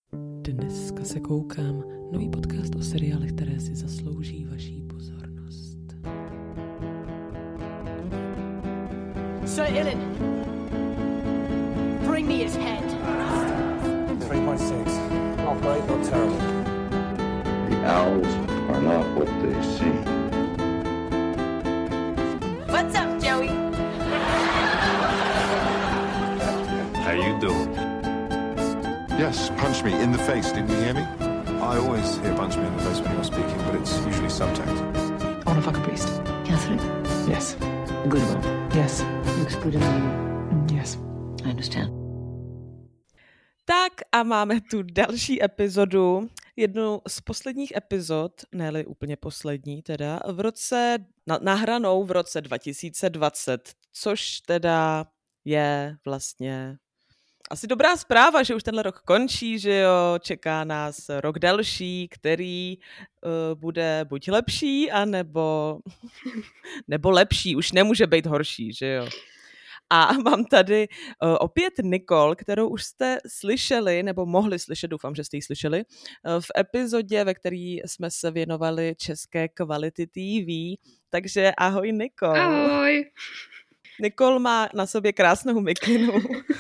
Dneska se koukám. Nový podcast o seriálech, které si zaslouží vaší pozornost. Sir Ilan, bring me his head. 3.6. Not great, not terrible. The owls are not what they seem. What's up, Joey? How you doing? Yes, punch me in the face. Didn't you hear me? I always hear punch me in the face when you're speaking, but it's usually subtext. I wanna fuck a priest. Catherine? Yes. A good one? Yes. Looks good on you. Yes. I understand. Tak a máme tu další epizodu, jednu z posledních epizod, ne-li úplně poslední teda, nahranou v roce 2020, což teda je vlastně asi dobrá zpráva, že už tenhle rok končí, že jo, čeká nás rok další, který bude buď lepší, anebo nebo lepší, už nemůže být horší, že jo. A mám tady opět Nicole, kterou už jste slyšeli, nebo mohli slyšet, doufám, že jste ji slyšeli, v epizodě, ve které jsme se věnovali české kvality TV. Takže ahoj, Nicole. Ahoj. Nicole má na sobě krásnou mikinu,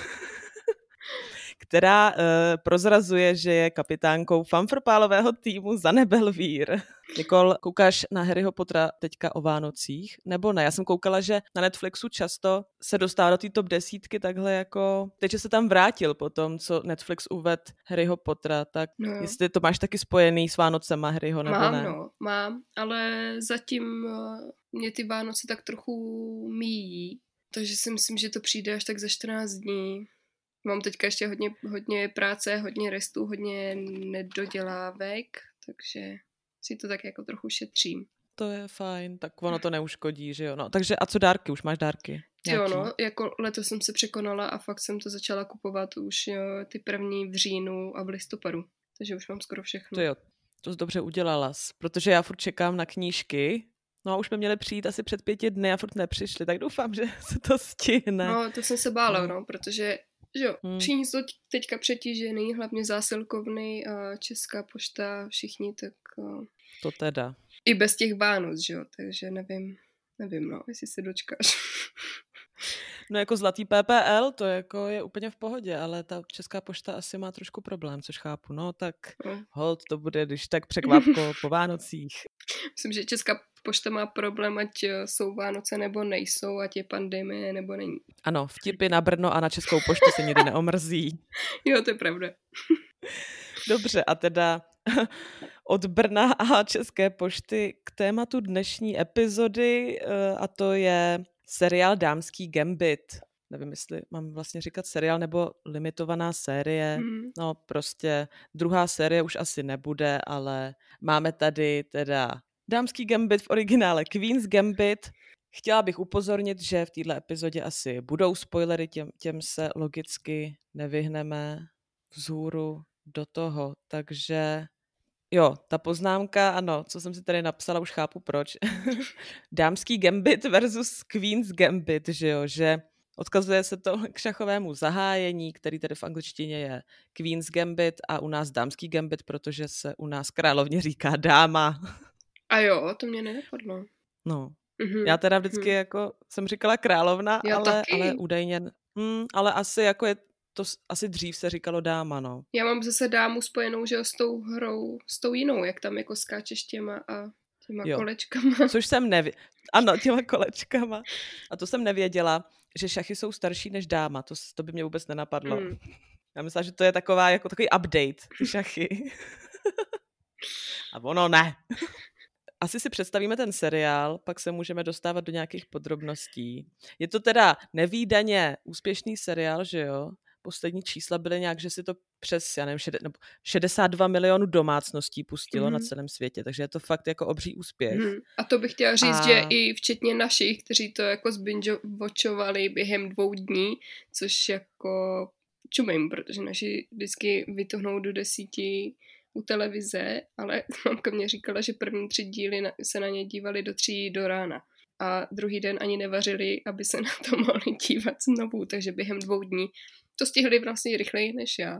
která prozrazuje, že je kapitánkou fanfrpálového týmu za Nebelvír. Nicole, koukáš na Harryho Pottera teďka o Vánocích? Nebo ne? Já jsem koukala, že na Netflixu často se dostává do té top 10 takhle jako... Teď, že se tam vrátil po tom, co Netflix uvedl Harryho Pottera, tak jestli to máš taky spojený s Vánocema Harryho, nebo ne? Mám, ale zatím mě ty Vánoce tak trochu míjí, takže si myslím, že to přijde až tak za 14 dní. Mám teďka ještě hodně práce, hodně restů, hodně nedodělávek, takže si to tak jako trochu šetřím. To je fajn, tak ono to neuškodí, že jo. No, takže a co dárky? Už máš dárky? Nějaký? Jo, no, jako letos jsem se překonala a fakt jsem to začala kupovat už ty první v říjnu a v listopadu. Takže už mám skoro všechno. To jo, to jsi dobře udělala, protože já furt čekám na knížky. No a už jsme měli přijít asi před 5 dny a furt nepřišli, tak doufám, že se to stihne. No, to jsem se bála, no, protože jo, všichni jsou teďka přetížený, hlavně zásilkovny a Česká pošta, všichni, tak... To teda. I bez těch Vánoc, že jo, takže nevím, no, jestli se dočkáš. No jako zlatý PPL, to jako je úplně v pohodě, ale ta Česká pošta asi má trošku problém, což chápu, no tak hold, to bude, když tak překvapko po Vánocích. Myslím, že Česká pošta má problém, ať jsou Vánoce nebo nejsou, ať je pandemie nebo není. Ano, vtipy na Brno a na Českou poštu se nikdy neomrzí. Jo, to je pravda. Dobře, a teda od Brna a České pošty k tématu dnešní epizody, a to je seriál Dámský gambit. Nevím, jestli mám vlastně říkat seriál nebo limitovaná série. No prostě druhá série už asi nebude, ale máme tady teda Dámský gambit v originále Queen's Gambit. Chtěla bych upozornit, že v této epizodě asi budou spoilery, těm se logicky nevyhneme vzhůru do toho, takže jo, ta poznámka, ano, co jsem si tady napsala, už chápu proč. Dámský gambit versus Queen's Gambit, že jo, že odkazuje se to k šachovému zahájení, který tady v angličtině je Queen's Gambit a u nás Dámský gambit, protože se u nás královně říká dáma. A jo, to mě nenapadlo. No, já teda vždycky jako jsem říkala královna, ale údajně, ale asi jako je to asi dřív se říkalo dáma, no. Já mám zase dámu spojenou, že s tou hrou, s tou jinou, jak tam jako skáčeš těma kolečkama. Což jsem ano, těma kolečkama. A to jsem nevěděla, že šachy jsou starší než dáma. To by mě vůbec nenapadlo. Já myslela, že to je takový update, ty šachy. A ono ne. Asi si představíme ten seriál, pak se můžeme dostávat do nějakých podrobností. Je to teda nevídaně úspěšný seriál, že jo? Poslední čísla byly nějak, že si to přes, já nevím, 62 milionů domácností pustilo na celém světě, takže je to fakt jako obří úspěch. A to bych chtěla říct, že i včetně našich, kteří to jako zbinge-watchovali během 2 dní, což jako čumím, protože naši vždycky vytohnou do 10 u televize, ale mamka mě říkala, že první 3 díly se na ně dívali do 3 do rána. A druhý den ani nevařili, aby se na to mohli dívat znovu, takže během 2 dní to stihli vlastně rychleji než já.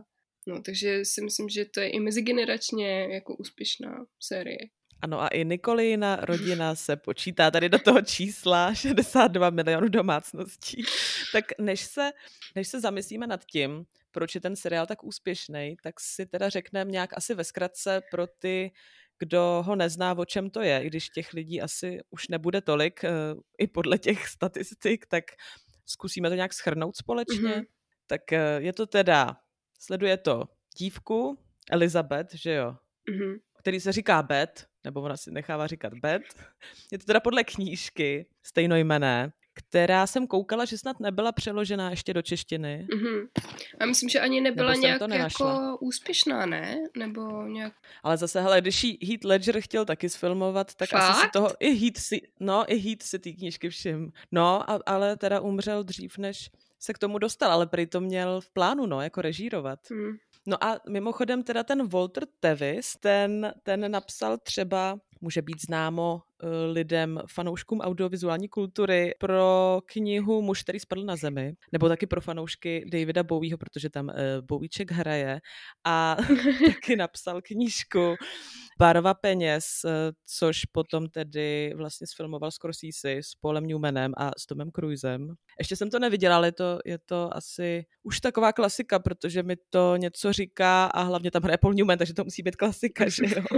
No, takže si myslím, že to je i mezigeneračně jako úspěšná série. Ano, a i Nikolina rodina se počítá tady do toho čísla 62 milionů domácností. Tak než se zamyslíme nad tím, proč je ten seriál tak úspěšný, tak si teda řekneme nějak asi ve zkratce pro ty, kdo ho nezná, o čem to je, i když těch lidí asi už nebude tolik, i podle těch statistik, tak zkusíme to nějak shrnout společně. Mhm. Tak je to teda, sleduje to dívku, Elizabeth, že jo, Mhm. který se říká Beth, nebo ona si nechává říkat Beth. Je to teda podle knížky stejnojmenné, která jsem koukala, že snad nebyla přeložená ještě do češtiny. Mhm. A myslím, že ani nebyla Nebo jsem nějak to nenašla. jako úspěšná, ne? Nebo nějak... Ale zase, hele, když ji Heath Ledger chtěl taky sfilmovat, tak asi si Fakt? toho i Heath si ty knížky všim. No, ale teda umřel dřív, než se k tomu dostal, ale prý to měl v plánu, no, jako režírovat. No a mimochodem teda ten Walter Tevis, ten napsal třeba, může být známo lidem, fanouškům audiovizuální kultury, pro knihu Muž, který spadl na zemi, nebo taky pro fanoušky Davida Bowieho, protože tam Bowieček hraje, a taky napsal knížku Bárova peněz, což potom tedy vlastně sfilmoval Scorsese s Paulem Newmanem a s Tomem Cruisem. Ještě jsem to neviděla, ale je to asi už taková klasika, protože mi to něco říká a hlavně tam hraje Paul Newman, takže to musí být klasika, že jo?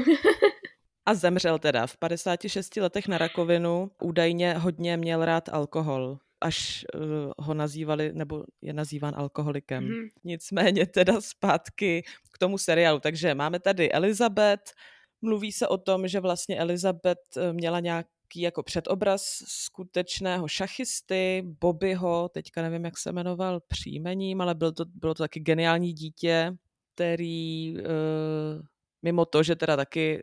A zemřel teda v 56 letech na rakovinu. Údajně hodně měl rád alkohol, až ho nazývali, nebo je nazýván alkoholikem. Mhm. Nicméně teda zpátky k tomu seriálu. Takže máme tady Elizabeth. Mluví se o tom, že vlastně Elizabeth měla nějaký jako předobraz skutečného šachisty, Bobbyho, teďka nevím, jak se jmenoval příjmením, ale bylo to taky geniální dítě, který mimo to, že teda taky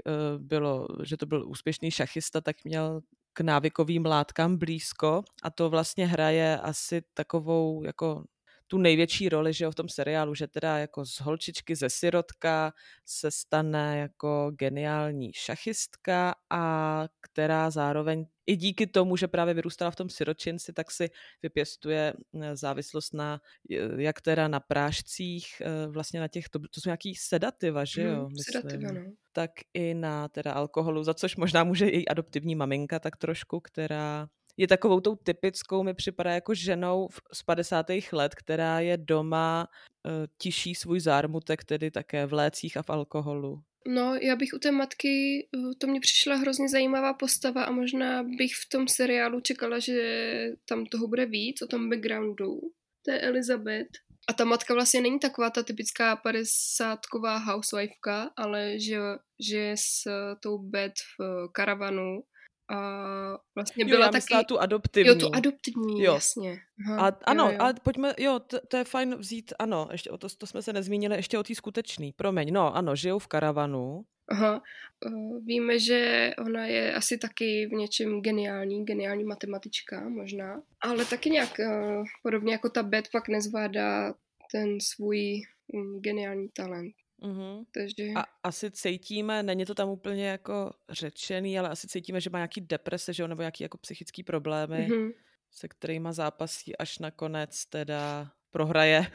že to byl úspěšný šachista, tak měl k návykovým látkám blízko a to vlastně hraje asi takovou jako tu největší roli, že jo, v tom seriálu, že teda jako z holčičky ze sirotka se stane jako geniální šachistka a která zároveň i díky tomu, že právě vyrůstala v tom siročinci, tak si vypěstuje závislost na, jak teda na prášcích, vlastně na těch, to jsou nějaký sedativa, že jo, myslím. Sedativa, no. Tak i na teda alkoholu, za což možná může i adoptivní maminka tak trošku, která je takovou tou typickou, mi připadá jako ženou z 50. let, která je doma, tiší svůj zármutek, tedy také v lécích a v alkoholu. No, já bych u té matky, to mě přišla hrozně zajímavá postava a možná bych v tom seriálu čekala, že tam toho bude víc, o tom backgroundu té Elizabeth. A ta matka vlastně není taková ta typická 50ková housewifeka, ale že je s tou Beth v karavanu a vlastně byla taky... tu adoptivní. Jo, tu adoptivní, jo. Jasně. Aha, ano, jo. ale pojďme, to je fajn vzít, ano, ještě o to jsme se nezmínili, ještě o té skutečný, promiň, no ano, žijou v karavanu. Aha, víme, že ona je asi taky v něčem geniální matematička možná, ale taky nějak podobně jako ta Beth pak nezvládá ten svůj geniální talent. Mm-hmm. Takže... A asi cítíme, není to tam úplně jako řečený, ale asi cítíme, že má nějaký deprese, že jo, nebo nějaký jako psychický problémy, se kterýma zápasí, až nakonec teda prohraje,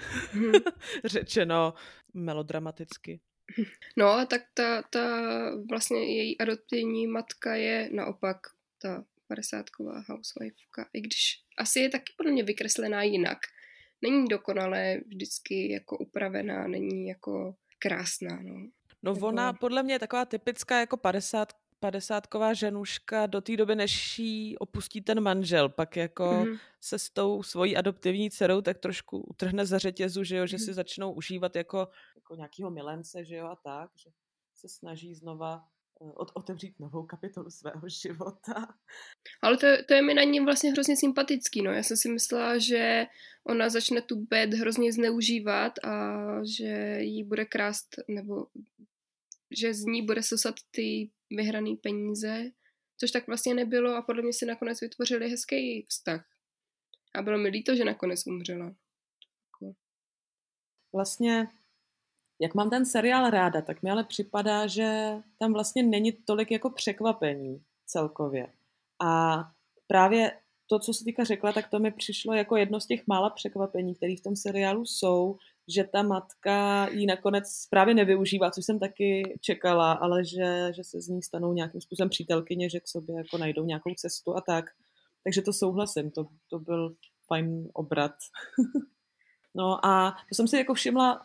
řečeno melodramaticky. No a tak ta vlastně její adoptivní matka je naopak ta 50ková housewifeka, i když asi je taky podle mě vykreslená jinak. Není dokonale vždycky jako upravená, není jako krásná, no. No ona podle mě je taková typická jako 50ková ženuška do té doby, než jí opustí ten manžel, pak jako se s tou svojí adoptivní dcerou tak trošku utrhne za řetězu, že jo, že si začnou užívat jako nějakýho milence, že jo, a tak, že se snaží znova otevřít novou kapitolu svého života. Ale to je mi na ní vlastně hrozně sympatický, no. Já jsem si myslela, že ona začne tu Beth hrozně zneužívat a že jí bude krást, nebo že z ní bude sosat ty vyhraný peníze, což tak vlastně nebylo a podle mě si nakonec vytvořili hezký vztah. A bylo mi líto, že nakonec umřela. Vlastně, jak mám ten seriál ráda, tak mi ale připadá, že tam vlastně není tolik jako překvapení celkově. A právě to, co jsi teďka řekla, tak to mi přišlo jako jedno z těch mála překvapení, které v tom seriálu jsou, že ta matka jí nakonec právě nevyužívá, což jsem taky čekala, ale že se z ní stanou nějakým způsobem přítelkyně, že k sobě jako najdou nějakou cestu a tak. Takže to souhlasím, to byl fajn obrat. No a to jsem si jako všimla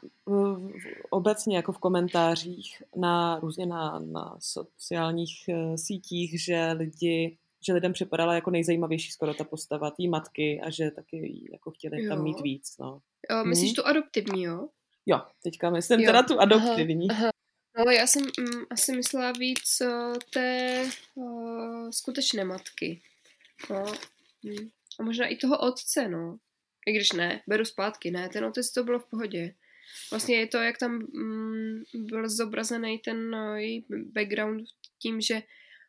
obecně jako v komentářích různě na sociálních sítích, že lidem připadala jako nejzajímavější skoro ta postava té matky a že taky jako chtěli tam mít víc. No. Myslíš tu adoptivní, jo? Jo, teďka myslím teda tu adoptivní. Aha. No já jsem asi myslela víc té skutečné matky. No. A možná i toho otce, no. I když ne, beru zpátky, ne, ten otec to bylo v pohodě. Vlastně je to, jak tam byl zobrazený ten její background tím, že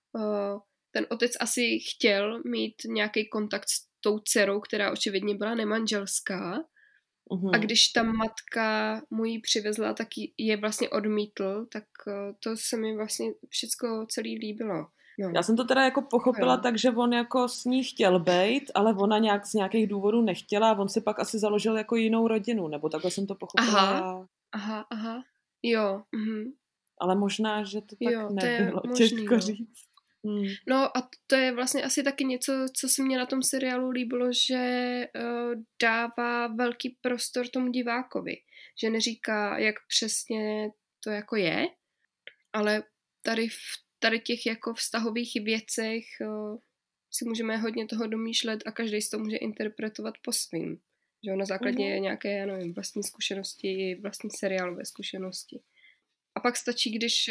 ten otec asi chtěl mít nějaký kontakt s tou dcerou, která očividně byla nemanželská. A když ta matka mu ji přivezla, tak je vlastně odmítl, tak to se mi vlastně všecko celý líbilo. No. Já jsem to teda jako pochopila tak, že on jako s ní chtěl bejt, ale ona z nějakých důvodů nechtěla a on si pak asi založil jako jinou rodinu, nebo takhle jsem to pochopila. Aha. Jo. Ale možná, že to tak nebylo, těžko říct. No a to je vlastně asi taky něco, co se mně na tom seriálu líbilo, že dává velký prostor tomu divákovi. Že neříká, jak přesně to jako je, ale tady těch jako vztahových věcech si můžeme hodně toho domýšlet a každý si to může interpretovat po svým. Že na základě nějaké, já nevím, vlastní zkušenosti, vlastní seriálové zkušenosti. A pak stačí,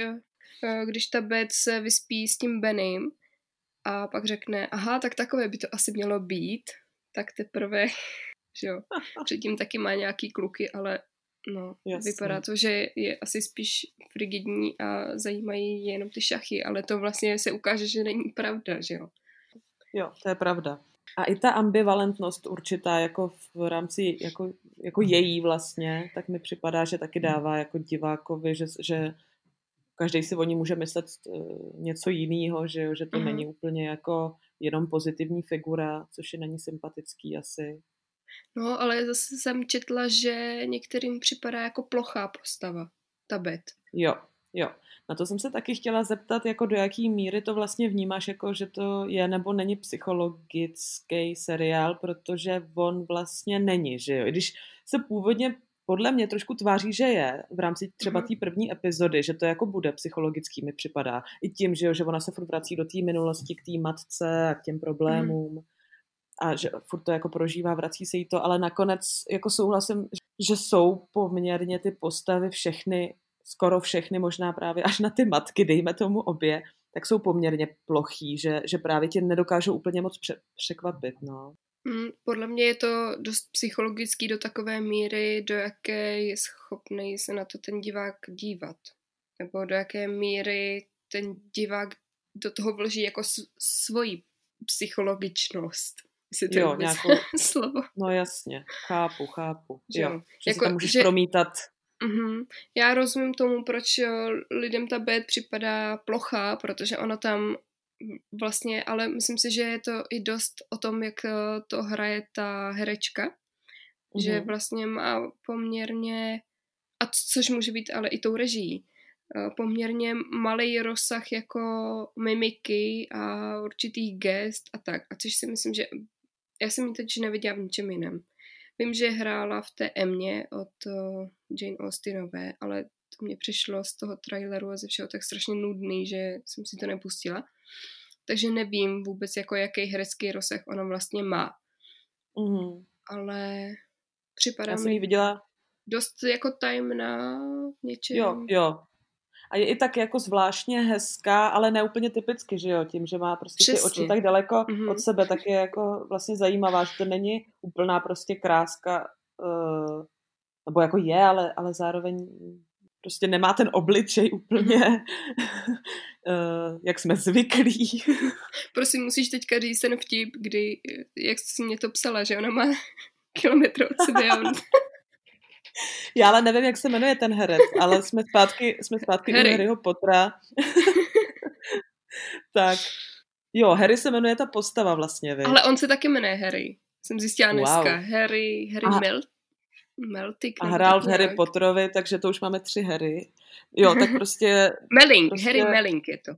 když ta Beth se vyspí s tím Benym a pak řekne, aha, tak takové by to asi mělo být, tak teprve, že jo, předtím taky má nějaký kluky, ale no, vypadá to, že je asi spíš frigidní a zajímají jenom ty šachy, ale to vlastně se ukáže, že není pravda, že jo. Jo, to je pravda. A i ta ambivalentnost určitá jako v rámci jako její vlastně, tak mi připadá, že taky dává jako divákovi, že každý si o ní může myslet něco jiného, že to není úplně jako jenom pozitivní figura, což je není sympatický asi. No, ale zase jsem četla, že některým připadá jako plochá postava, ta Beth. Jo. Na to jsem se taky chtěla zeptat, jako do jaký míry to vlastně vnímáš, jako že to je nebo není psychologický seriál, protože on vlastně není, že jo? I když se původně podle mě trošku tváří, že je v rámci třeba té první epizody, že to jako bude psychologický, mi připadá. I tím, že ona se furt vrací do té minulosti k té matce a k těm problémům. A že furt to jako prožívá, vrací se jí to, ale nakonec jako souhlasím, že jsou poměrně ty postavy skoro všechny, možná právě až na ty matky, dejme tomu obě, tak jsou poměrně plochý, že právě tě nedokážou úplně moc překvapit, no. Podle mě je to dost psychologický do takové míry, do jaké je schopný se na to ten divák dívat. Nebo do jaké míry ten divák do toho vloží jako svoji psychologičnost. To jo, nějakou slovo. No jasně, chápu. Že jo, že jako, si tam můžeš promítat. Já rozumím tomu, proč lidem ta Beth připadá plochá, protože ona tam vlastně, ale myslím si, že je to i dost o tom, jak to hraje ta herečka, že vlastně má poměrně, a což může být ale i tou režií, poměrně malý rozsah jako mimiky a určitých gest a tak. A což si myslím, že já jsem ji teď neviděla v ničem jiném. Vím, že hrála v té Emmě od Jane Austenové, ale to mě přišlo z toho traileru a ze všeho tak strašně nudný, že jsem si to nepustila. Takže nevím vůbec, jako jaký herecký rozsah ona vlastně má. Ale připadá mi viděla dost jako tajemná něčem. Jo. A je i tak jako zvláštně hezká, ale ne úplně typicky, že jo, tím, že má prostě ty oči tak daleko od sebe, tak je jako vlastně zajímavá, že to není úplná prostě kráska, nebo jako je, ale zároveň prostě nemá ten obličej úplně, jak jsme zvyklí. Prosím, musíš teďka říct ten vtip, kdy, jak jsi mě to psala, že ona má kilometr od sebe a on... Já ale nevím, jak se jmenuje ten herec, ale jsme zpátky Harry. u Harryho Pottera. Tak, jo, Harry se jmenuje ta postava vlastně, víš? Ale on se taky jmenuje Harry. Jsem zjistila dneska. Harry Milk. Meltik. A hrál v Harry Potterovi, takže to už máme 3 Harry. Jo, tak prostě... Melling, prostě Harry Melling je to.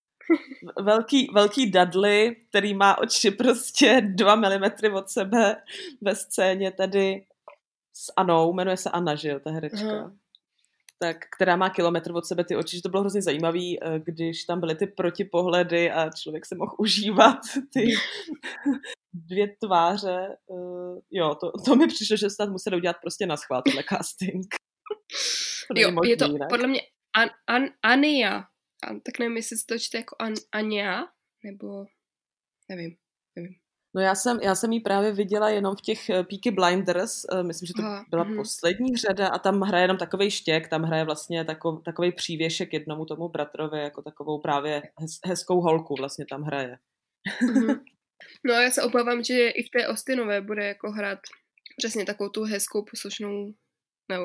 Velký Dudley, který má oči prostě 2 milimetry od sebe ve scéně tady s Annou, jmenuje se Anna, že jo, ta herečka. Tak, která má kilometr od sebe ty oči, že to bylo hrozně zajímavý, když tam byly ty protipohledy a člověk se mohl užívat ty 2 tváře. Jo, to mi přišlo, že snad museli udělat prostě na schvál tenhle casting. Jo, možný, je to ne? Podle mě Ania. Tak nevím, jestli se to čte jako Ania, nebo nevím. No já jsem jí právě viděla jenom v těch Peaky Blinders, myslím, že to byla poslední řada a tam hraje jenom takovej štěk, tam hraje vlastně takovej přívěšek jednomu tomu bratrovi, jako takovou právě hezkou holku vlastně tam hraje. No a já se obávám, že i v té Austinové bude jako hrát přesně takovou tu hezkou poslušnou, nebo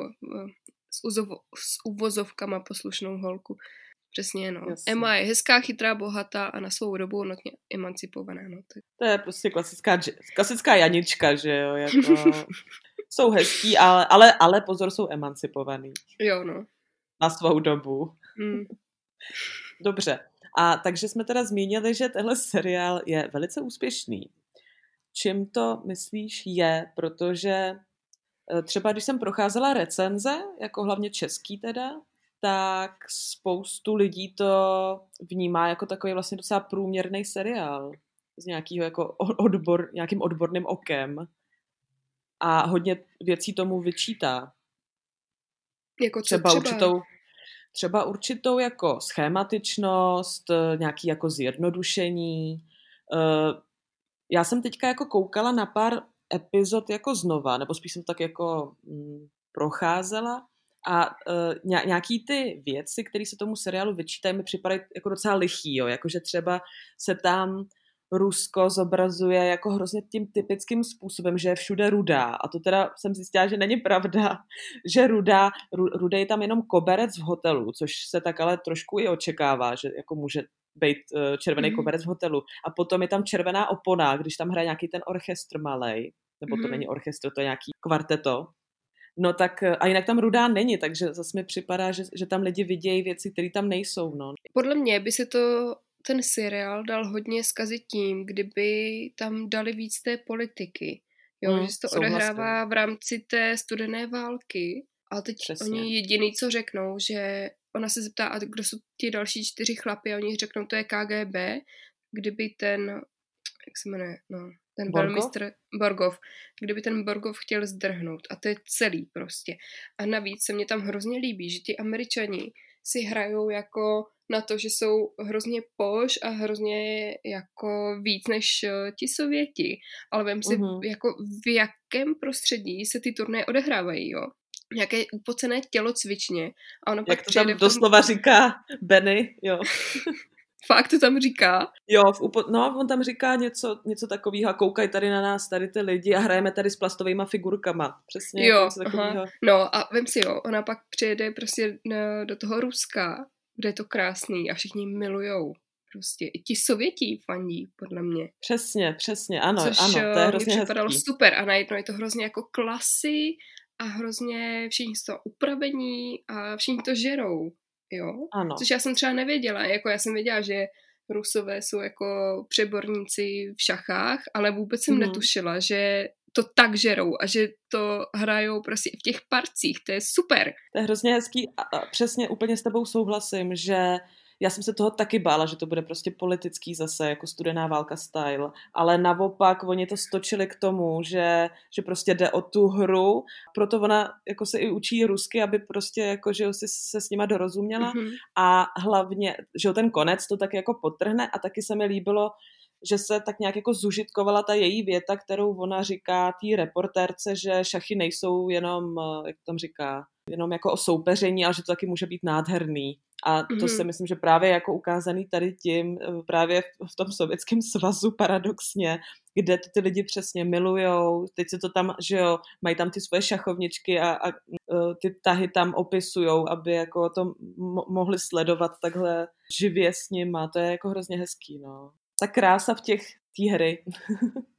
s uvozovkama poslušnou holku. Přesně, no. Jasně. Emma je hezká, chytrá, bohatá a na svou dobu notně emancipovaná, no. To je prostě klasická Janička, že jo, jako... Jsou hezký, ale pozor, jsou emancipovaný. Jo, no. Na svou dobu. Dobře. A takže jsme teda zmínili, že tenhle seriál je velice úspěšný. Čím to myslíš je? Protože třeba když jsem procházela recenze, jako hlavně český teda, tak spoustu lidí to vnímá jako takový vlastně docela průměrný seriál z nějakého jako nějakým odborným okem a hodně věcí tomu vyčítá. Jako třeba určitou jako schématičnost, nějaký jako zjednodušení. Já jsem teďka jako koukala na pár epizod jako znova, nebo spíš jsem tak jako procházela. A nějaký ty věci, které se tomu seriálu vyčítají, mi připadají jako docela lichý, jo? Jakože třeba se tam Rusko zobrazuje jako hrozně tím typickým způsobem, že je všude rudá. A to teda jsem zjistila, že není pravda, že rudej je tam jenom koberec v hotelu, což se tak ale trošku i očekává, že jako může být červený koberec v hotelu. A potom je tam červená opona, když tam hraje nějaký ten orchestr malej, nebo to není orchestr, to je nějaký kvarteto. No tak a jinak tam rudá není, takže zase mi připadá, že tam lidi vidějí věci, které tam nejsou, no. Podle mě by se ten seriál dal hodně zkazit tím, kdyby tam dali víc té politiky. Jo, že se to odehrává v rámci té studené války. A teď oni jediný, co řeknou, že ona se zeptá, a kdo jsou ti další 4 chlapi, a oni řeknou, to je KGB, kdyby ten, jak se jmenuje, no, ten velmistr Borgov, kdyby ten Borgov chtěl zdrhnout. A to je celý prostě. A navíc se mě tam hrozně líbí, že ti Američani si hrajou jako na to, že jsou hrozně poš a hrozně jako víc než ti Sověti. Ale vem si, jako v jakém prostředí se ty turnaje odehrávají, jo? Nějaké upocené tělocvičně. A ono jak to tam doslova říká Benny, jo. Fakt to tam říká? Jo, on tam říká něco takového, koukaj tady na nás, tady ty lidi a hrajeme tady s plastovými figurkama. Přesně. Jo, no a vem si, jo, ona pak přijede prostě do toho Ruska, kde je to krásný a všichni milujou. Prostě i ti Sověti fandí, podle mě. Přesně, ano, což ano, to je hrozně připadalo hezký. Super a najednou je to hrozně jako klasy a hrozně všichni jsou upravení a všichni to žerou. Jo? Ano. Což já jsem třeba nevěděla, jako já jsem věděla, že Rusové jsou jako přeborníci v šachách, ale vůbec jsem netušila, že to tak žerou a že to hrajou prostě i v těch parcích, to je super. To je hrozně hezký a přesně úplně s tebou souhlasím, že já jsem se toho taky bála, že to bude prostě politický zase, jako studená válka style, ale naopak oni to stočili k tomu, že prostě jde o tu hru, proto ona jako se i učí rusky, aby prostě jako, že si se s nima dorozuměla a hlavně, že ten konec to tak jako podtrhne a taky se mi líbilo, že se tak nějak jako zužitkovala ta její věta, kterou ona říká té reportérce, že šachy nejsou jenom, jak tam říká, jenom jako o soupeření, ale že to taky může být nádherný. A to si myslím, že právě jako ukázaný tady tím, právě v tom Sovětském svazu paradoxně, kde to ty lidi přesně milujou, teď se to tam, že jo, mají tam ty svoje šachovničky a ty tahy tam opisujou, aby jako to mohli sledovat takhle živě s nima, to je jako hrozně hezký, no. Ta krása v té hry.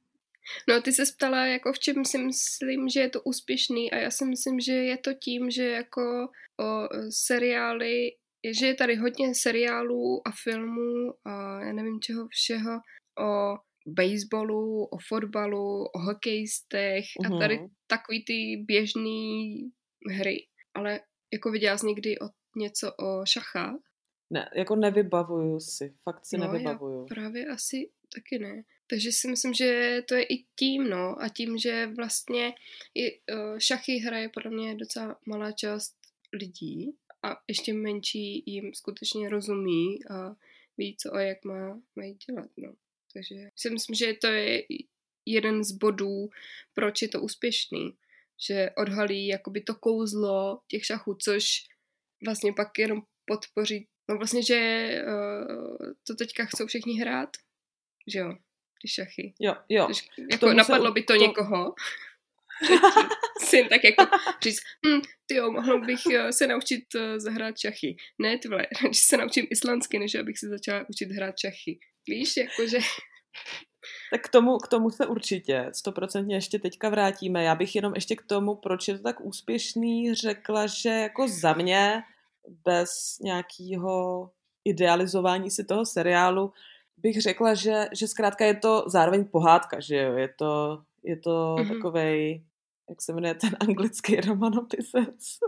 No, ty se ptala, jako v čem si myslím, že je to úspěšný, a já si myslím, že je to tím, že jako o seriály, že je tady hodně seriálů a filmů a já nevím čeho všeho, o baseballu, o fotbalu, o hokejistech a tady takový ty běžný hry. Ale jako viděla jsi někdy něco o šachách? Ne, jako nevybavuju si, fakt si nevybavuju. Já právě asi taky ne. Takže si myslím, že to je i tím, no, a tím, že vlastně i šachy hraje podle mě docela malá část lidí a ještě menší jim skutečně rozumí a ví, co a jak mají dělat, no. Takže si myslím, že to je jeden z bodů, proč je to úspěšný, že odhalí jakoby to kouzlo těch šachů, což vlastně pak jenom podpoří, no vlastně, že to teďka chcou všichni hrát, že jo, ty šachy. Jo. Jako napadlo by to někoho, syn tak jako říct, tyjo, mohl bych se naučit zahrát šachy. Ne, ty vole, radši se naučím islandsky, než abych se začala učit hrát šachy. Víš, jakože... Tak k tomu se určitě 100% ještě teďka vrátíme. Já bych jenom ještě k tomu, proč je to tak úspěšný, řekla, že jako za mě, bez nějakého idealizování si toho seriálu, bych řekla, že zkrátka je to zároveň pohádka, že jo, je to takovej, jak se jmenuje ten anglický romanopisec,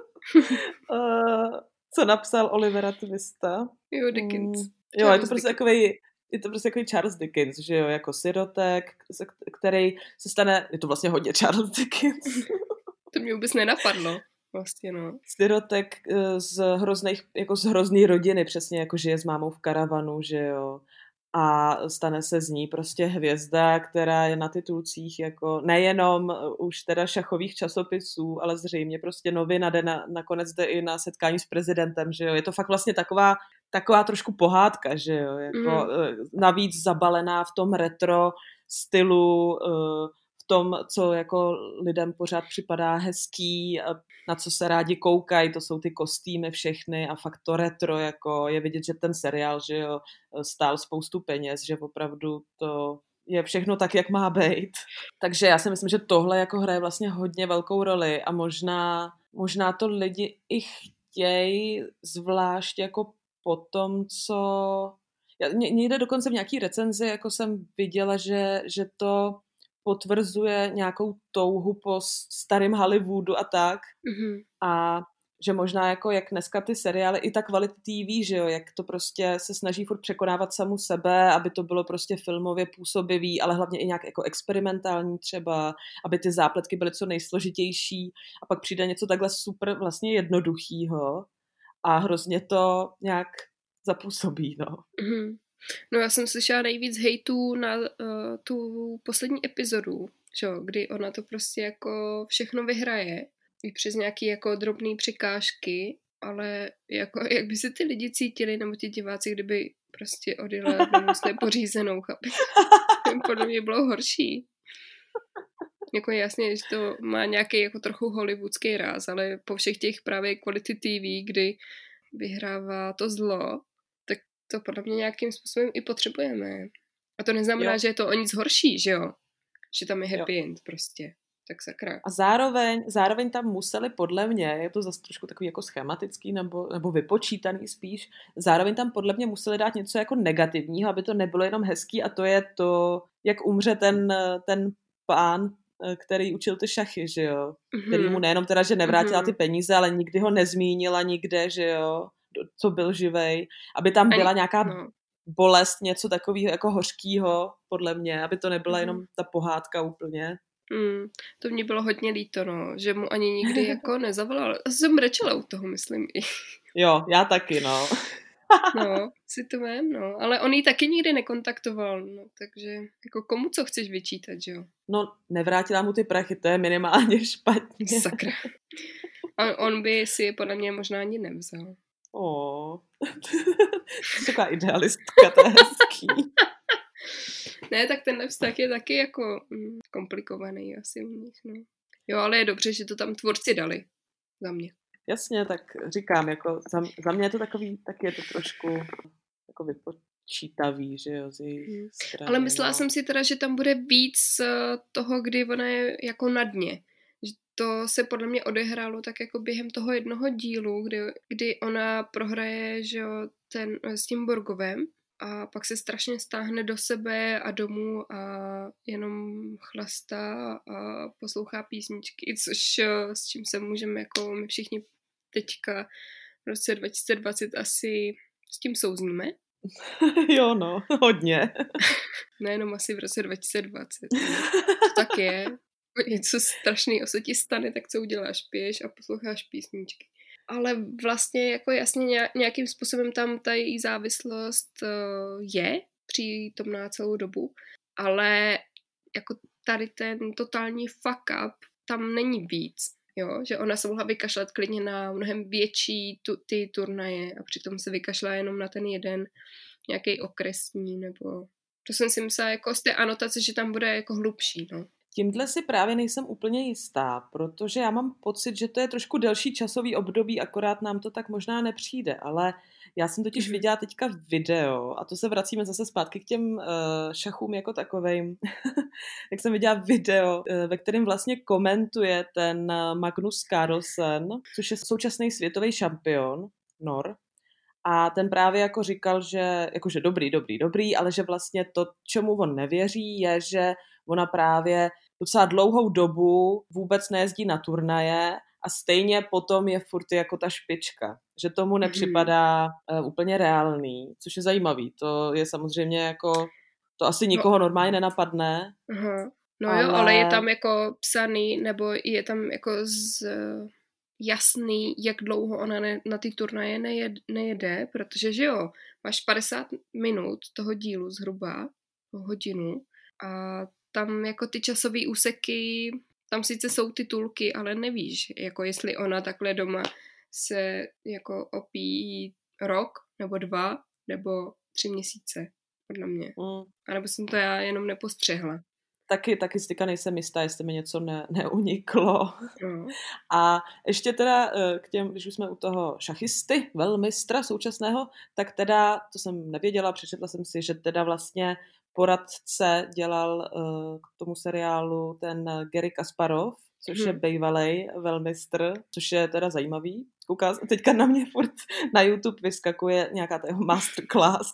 co napsal Olivera Twista. Jo, Dickens. Jo, je to prostě takový Charles Dickens, že jo, jako sirotek, který se stane, je to vlastně hodně Charles Dickens. To mě vůbec nenapadlo. Vlastně, no. Sirotek z hrozný rodiny, přesně jako žije s mámou v karavanu, že jo. A stane se z ní prostě hvězda, která je na titulcích jako nejenom už teda šachových časopisů, ale zřejmě prostě novin nakonec jde i na setkání s prezidentem, že jo. Je to fakt vlastně taková trošku pohádka, že jo. Jako, navíc zabalená v tom retro stylu, v tom, co jako lidem pořád připadá hezký, na co se rádi koukají, to jsou ty kostýmy všechny a fakt to retro, jako je vidět, že ten seriál, že jo, stál spoustu peněz, že opravdu to je všechno tak, jak má být. Takže já si myslím, že tohle jako hraje vlastně hodně velkou roli a možná to lidi i chtějí, zvlášť jako po tom, co... Někde dokonce v nějaký recenzi jako jsem viděla, že to potvrzuje nějakou touhu po starém Hollywoodu a tak. A že možná jako jak dneska ty seriály, i ta kvalita TV, že jo, jak to prostě se snaží furt překonávat samu sebe, aby to bylo prostě filmově působivý, ale hlavně i nějak jako experimentální třeba, aby ty zápletky byly co nejsložitější a pak přijde něco takhle super vlastně jednoduchýho a hrozně to nějak zapůsobí, no. No já jsem slyšela nejvíc hejtů na tu poslední epizodu, čo, kdy ona to prostě jako všechno vyhraje, i přes nějaký jako drobný překážky, ale jako jak by se ty lidi cítili, nebo ti diváci, kdyby prostě odjela domů s nepořízenou, chápeš? Podle mě bylo horší. Jako jasně, že to má nějaký jako trochu hollywoodský ráz, ale po všech těch právě quality TV, kdy vyhrává to zlo, tak to podle mě nějakým způsobem i potřebujeme. A to neznamená, že je to o nic horší, že jo? Že tam je happy end prostě. Tak sakra. A zároveň tam museli podle mě, je to zase trošku takový jako schematický nebo vypočítaný spíš, zároveň tam podle mě museli dát něco jako negativního, aby to nebylo jenom hezký a to je to, jak umře ten pán, který učil ty šachy, že jo? Který mu nejenom teda, že nevrátila ty peníze, ale nikdy ho nezmínila nikde, že jo? Co byl živej. Aby tam byla nějaká bolest, něco takového jako hořkýho, podle mě, aby to nebyla jenom ta pohádka úplně. To mě bylo hodně líto, no, že mu ani nikdy jako nezavolal. Jsem brečela u toho, myslím i. Jo, já taky, no. No, si to vím, no. Ale on ji taky nikdy nekontaktoval, no, takže jako komu co chceš vyčítat, že jo? No, nevrátila mu ty prachy, to je minimálně špatně. Sakra. A on by si je podle mě možná ani nevzal. Taková idealistka, to je hezký. Ne, tak tenhle vztah je taky jako komplikovaný asi u nich, no. Jo, ale je dobře, že to tam tvůrci dali. Za mě. Jasně, tak říkám, jako za mě je to takový, tak je to trošku jako čítavý, že jo, z jejich strany. Ale myslela jsem si teda, že tam bude víc toho, kdy ona je jako na dně. Že to se podle mě odehrálo tak jako během toho jednoho dílu, kdy ona prohraje, že jo, s tím Borgovem a pak se strašně stáhne do sebe a domů a jenom chlastá a poslouchá písničky, což s čím se můžeme jako my všichni teďka v roce 2020 asi s tím souzníme. Jo, no, hodně. Nejenom asi v roce 2020. To tak je. Něco strašného se ti stane, tak co uděláš? Piješ a posloucháš písničky. Ale vlastně jako jasně nějakým způsobem tam ta její závislost je přítomná celou dobu, ale jako tady ten totální fuck up tam není víc. Jo, že ona se mohla vykašlat klidně na mnohem větší ty turnaje a přitom se vykašla jenom na ten jeden nějaký okresní, nebo to jsem si myslela jako z té anotace, že tam bude jako hlubší, no. Tímhle si právě nejsem úplně jistá, protože já mám pocit, že to je trošku delší časový období, akorát nám to tak možná nepřijde, ale já jsem totiž viděla teďka video a to se vracíme zase zpátky k těm šachům jako takovejm. Tak jsem viděla video, ve kterém vlastně komentuje ten Magnus Carlsen, což je současný světový šampion, Nor. A ten právě jako říkal, že jakože dobrý, ale že vlastně to, čemu on nevěří, je, že ona právě docela dlouhou dobu vůbec nejezdí na turnaje a stejně potom je furt jako ta špička. Že tomu nepřipadá úplně reálný, což je zajímavý. To je samozřejmě jako, to asi nikoho normálně nenapadne. Aha. No ale... jo, ale je tam jako psaný, nebo je tam jako jasný, jak dlouho ona na ty turnaje nejede, protože že jo, máš 50 minut toho dílu zhruba, hodinu a tam jako ty časové úseky, tam sice jsou titulky, ale nevíš, jako jestli ona takhle doma se jako opíjí rok, nebo 2, nebo 3 měsíce, podle mě. A nebo jsem to já jenom nepostřehla. Taky styka nejsem jistá, jestli mi něco neuniklo. A ještě teda k těm, když už jsme u toho šachisty, velmistra současného, tak teda, to jsem nevěděla, přečetla jsem si, že teda vlastně poradce dělal k tomu seriálu ten Garry Kasparov, což je bývalej velmistr, což je teda zajímavý. Teďka na mě furt na YouTube vyskakuje nějaká ta jeho masterclass.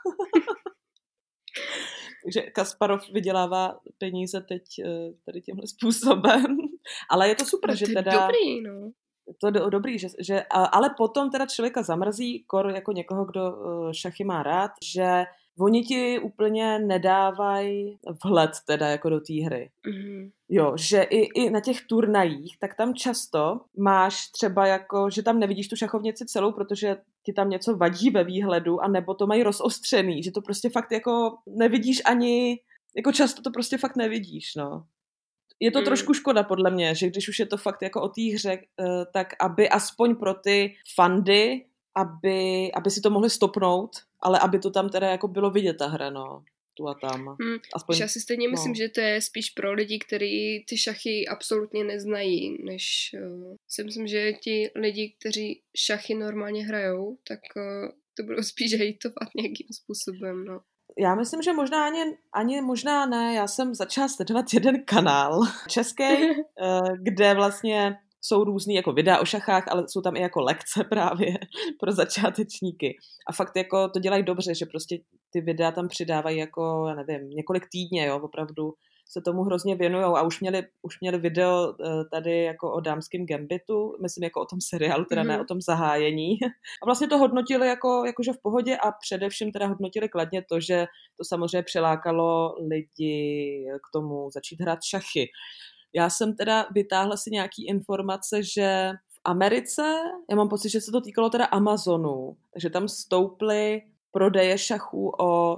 Takže Kasparov vydělává peníze teď tady tímhle způsobem. Ale je to super, no, že to teda... dobrý, no. To je dobrý, že ale potom teda člověka zamrzí, jako někoho, kdo šachy má rád, že oni ti úplně nedávají vhled teda jako do té hry. Mm-hmm. Jo, že i na těch turnajích, tak tam často máš třeba jako, že tam nevidíš tu šachovnici celou, protože ti tam něco vadí ve výhledu, anebo to mají rozostřený, že to prostě fakt jako nevidíš ani, jako často to prostě fakt nevidíš, no. Je to trošku škoda podle mě, že když už je to fakt jako o té hře, tak aby aspoň pro ty fandy, aby si to mohli stopnout, ale aby to tam teda jako bylo vidět ta hra, no. Tu a tam. Aspoň, já si stejně myslím, že to je spíš pro lidi, kteří ty šachy absolutně neznají, než si myslím, že ti lidi, kteří šachy normálně hrajou, tak to budou spíš hejtovat nějakým způsobem, no. Já myslím, že možná ani možná ne. Já jsem začala sledovat jeden kanál český, kde vlastně jsou různý jako videa o šachách, ale jsou tam i jako lekce právě pro začátečníky. A fakt jako to dělají dobře, že prostě ty videa tam přidávají jako, já nevím, několik týdně, jo, opravdu se tomu hrozně věnujou a už měli video tady jako o dámském gambitu, myslím jako o tom seriálu, teda ne o tom zahájení. A vlastně to hodnotili jakože v pohodě a především teda hodnotili kladně to, že to samozřejmě přilákalo lidi k tomu začít hrát šachy. Já jsem teda vytáhla si nějaký informace, že v Americe, já mám pocit, že se to týkalo teda Amazonu, takže tam stouply prodeje šachů o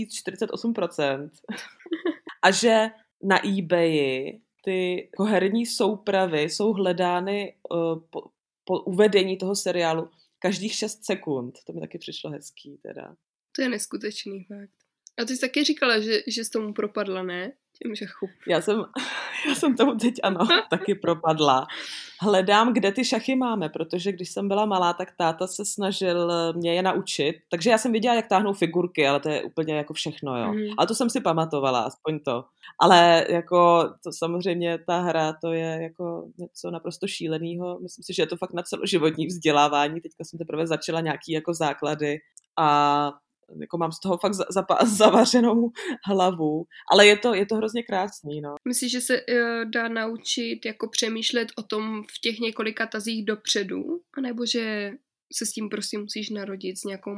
1048%. A že na eBayi ty herní soupravy jsou hledány po uvedení toho seriálu každých 6 sekund. To mi taky přišlo hezký teda. To je neskutečný fakt. A ty jsi taky říkala, že jsi tomu propadla, ne? Těm šachům. Já jsem tomu teď, ano, taky propadla. hledám, kde ty šachy máme, protože když jsem byla malá, tak táta se snažil mě je naučit, takže já jsem viděla, jak táhnou figurky, ale to je úplně jako všechno, jo. Ale to jsem si pamatovala, aspoň to. Ale jako to samozřejmě ta hra, to je jako něco naprosto šílenýho. Myslím si, že je to fakt na celoživotní vzdělávání. Teďka jsem teprve začala nějaký jako základy a jako mám z toho fakt zavařenou hlavu, ale je to hrozně krásný, no. Myslíš, že se dá naučit jako přemýšlet o tom v těch několika tazích dopředu, anebo že se s tím prostě musíš narodit s nějakou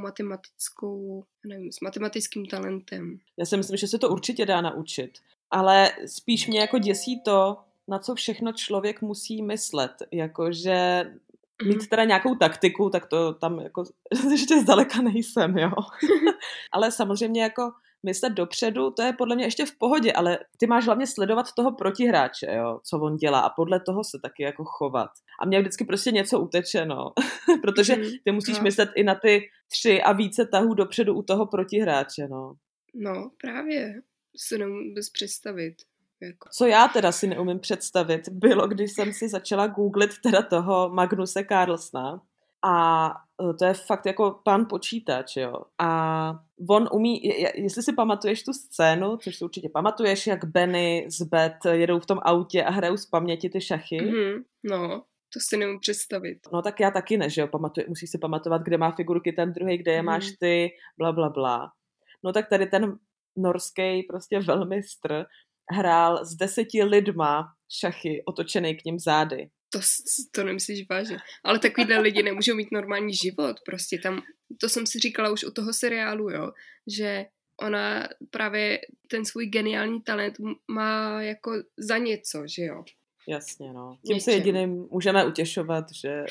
s matematickým talentem? Já si myslím, že se to určitě dá naučit, ale spíš mě jako děsí to, na co všechno člověk musí myslet, jakože mít teda nějakou taktiku, tak to tam jako ještě zdaleka nejsem, jo. Ale samozřejmě jako myslet dopředu, to je podle mě ještě v pohodě, ale ty máš hlavně sledovat toho protihráče, jo, co on dělá a podle toho se taky jako chovat. A mě vždycky prostě něco uteče, no. Protože ty musíš myslet i na ty 3 a více tahů dopředu u toho protihráče, no. No, právě. Se nemůžu představit. Jako. Co já teda si neumím představit, bylo, když jsem si začala googlit teda toho Magnuse Carlsena a to je fakt jako pán počítač, jo. A on umí, jestli si pamatuješ tu scénu, což si určitě pamatuješ, jak Benny s Beth jedou v tom autě a hrajou z paměti ty šachy. No, to si nemůžu představit. No tak já taky ne, že jo, musíš si pamatovat, kde má figurky ten druhý, kde je máš ty, bla, bla, bla. No tak tady ten norský prostě velmistr hrál s 10 lidma šachy otočený k ním zády. To nemyslíš vážně. Ale takovýhle lidi nemůžou mít normální život. Prostě tam, to jsem si říkala už u toho seriálu, jo, že ona právě ten svůj geniální talent má jako za něco, že jo. Jasně, no. Tím se jediným můžeme utěšovat, že...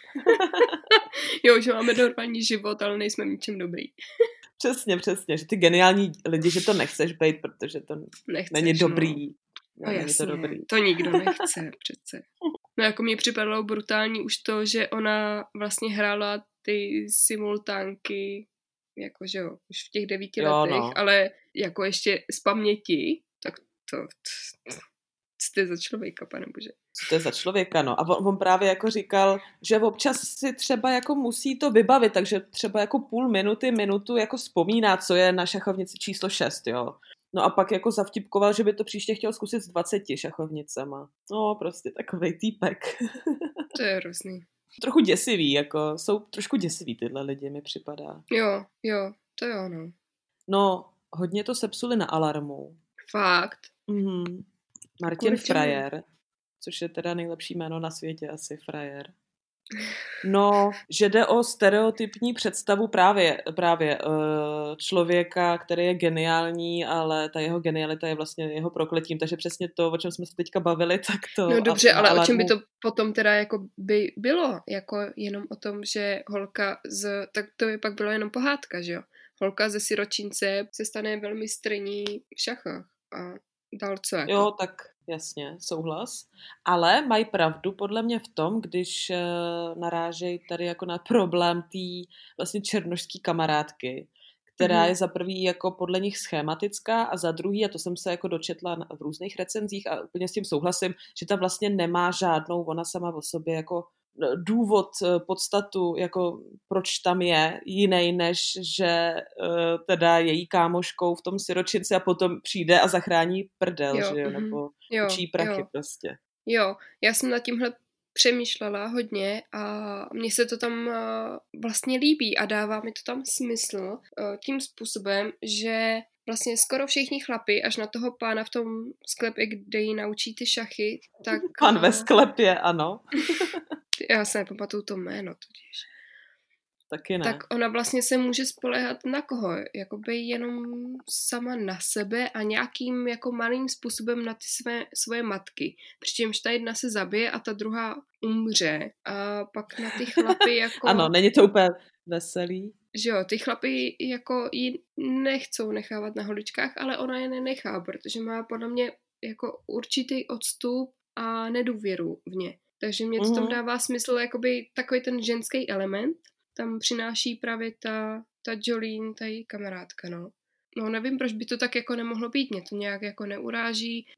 Jo, že máme normální život, ale nejsme v ničem dobrý. Přesně, že ty geniální lidi, že to nechceš být, protože to není dobrý. No jasně, to nikdo nechce přece. No jako mi připadalo brutální už to, že ona vlastně hrála ty simultánky, jakože jo, už v těch 9 letech, no. Ale jako ještě z paměti, tak to co je za člověka, pane bože. Co to je za člověka, no. A on právě jako říkal, že občas si třeba jako musí to vybavit, takže třeba jako minutu jako vzpomíná, co je na šachovnici číslo 6, jo. No a pak jako zavtipkoval, že by to příště chtěl zkusit s 20 šachovnicema. No, prostě takovej týpek. To je hrozný. Trochu děsivý, jako jsou trošku děsivý tyhle lidi, mi připadá. Jo, to jo, no. No, hodně to sepsuli na Alarmu. Fakt? Martin Frajer, což je teda nejlepší jméno na světě asi, Frajer. No, že jde o stereotypní představu právě člověka, který je geniální, ale ta jeho genialita je vlastně jeho prokletím, takže přesně to, o čem jsme se teďka bavili, tak to... No dobře, ale o čem by to potom teda jako by bylo? Jako jenom o tom, že holka tak to by pak bylo jenom pohádka, že jo? Holka ze siročince se stane velmi strní v šachách a dál co jako? Jo, tak jasně, souhlas. Ale mají pravdu podle mě v tom, když narážejí tady jako na problém té vlastně černošské kamarádky, která je za prvý jako podle nich schématická a za druhý, a to jsem se jako dočetla v různých recenzích a úplně s tím souhlasím, že ta vlastně nemá žádnou, ona sama o sobě jako důvod, podstatu, jako proč tam je jiný, než že teda její kámoškou v tom siročinci a potom přijde a zachrání prdel, že jo, nebo učí prachy prostě. Jo, já jsem nad tímhle přemýšlela hodně a mně se to tam vlastně líbí a dává mi to tam smysl tím způsobem, že vlastně skoro všichni chlapi, až na toho pána v tom sklepě, kde jí naučí ty šachy, tak... Pán ve sklepě, ano. Já se nepamatuju to jméno totiž. Taky ne. Tak ona vlastně se může spoléhat na koho? Jakoby jenom sama na sebe a nějakým jako malým způsobem na ty svoje matky. Přičemž ta jedna se zabije a ta druhá umře. A pak na ty chlapy jako... Ano, není to úplně veselý. Že jo, ty chlapy jako ji nechcou nechávat na holičkách, ale ona je nenechá, protože má podle mě jako určitý odstup a nedůvěru v ně. Takže mě to tam dává smysl, jakoby takový ten ženský element tam přináší právě ta Jolene, ta její kamarádka, no. No nevím, proč by to tak jako nemohlo být, mě to nějak jako neuráží,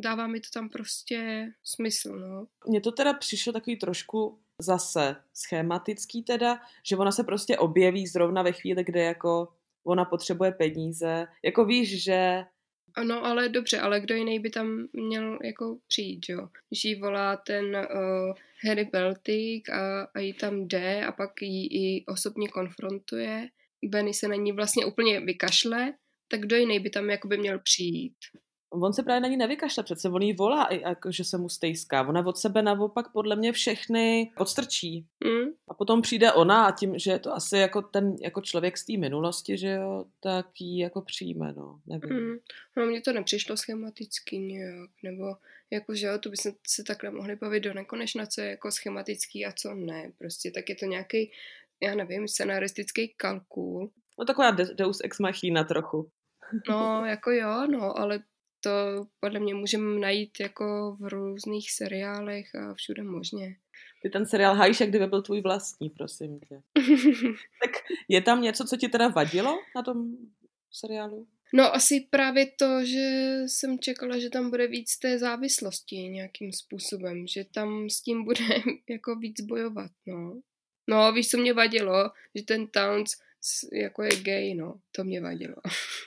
dává mi to tam prostě smysl, no. Mně to teda přišlo takový trošku zase schématický teda, že ona se prostě objeví zrovna ve chvíli, kdy jako ona potřebuje peníze. Jako víš, že... Ano, ale dobře, ale kdo jiný by tam měl jako přijít, jo? Když jí volá ten Harry Beltik a jí tam jde a pak jí i osobně konfrontuje, Benny se na ní vlastně úplně vykašle, tak kdo jiný by tam jakoby měl přijít? On se právě na ní nevykašle, přece on jí volá, jako, že se mu stejská. Ona od sebe naopak podle mě všechny odstrčí. A potom přijde ona a tím, že je to asi jako ten jako člověk z té minulosti, že jo, tak jí jako přijme, no, nevím. No, mně to nepřišlo schematicky nějak, nebo jako, že jo, to bychom se takhle mohli bavit do nekonečna, co je jako schematický a co ne, prostě tak je to nějaký, já nevím, scenaristický kalkul. No taková deus ex machina trochu. No, jako jo, no, ale to podle mě můžeme najít jako v různých seriálech a všude možně. Ty ten seriál hájíš, jak kdyby byl tvůj vlastní, prosím tě. Tak je tam něco, co ti teda vadilo na tom seriálu? No asi právě to, že jsem čekala, že tam bude víc té závislosti nějakým způsobem, že tam s tím bude jako víc bojovat, no. No, víš, co mě vadilo? Že ten Towns jako je gay, no. To mě vadilo.